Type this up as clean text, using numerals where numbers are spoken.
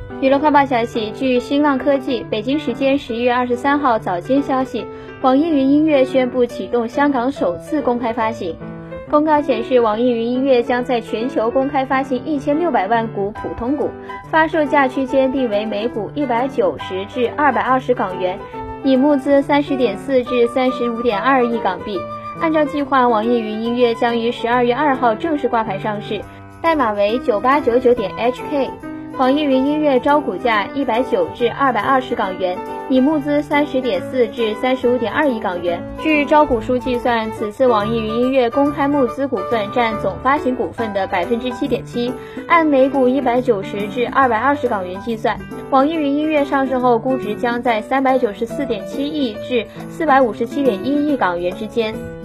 娱乐快报消息，据新浪科技北京时间11月23号早间消息，网易云音乐宣布启动香港首次公开发行。公告显示，网易云音乐将在全球公开发行1600万股普通股，发售价区间定为每股190至220港元，拟募资30.4至35.2亿港币。按照计划，网易云音乐将于12月2号正式挂牌上市，代码为9899.HK。网易云音乐招股价190至220港元，拟募资30.4至35.2亿港元。据招股书计算，此次网易云音乐公开募资股份占总发行股份的7.7%，按每股190至220港元计算，网易云音乐上市后估值将在394.7亿至457.1亿港元之间。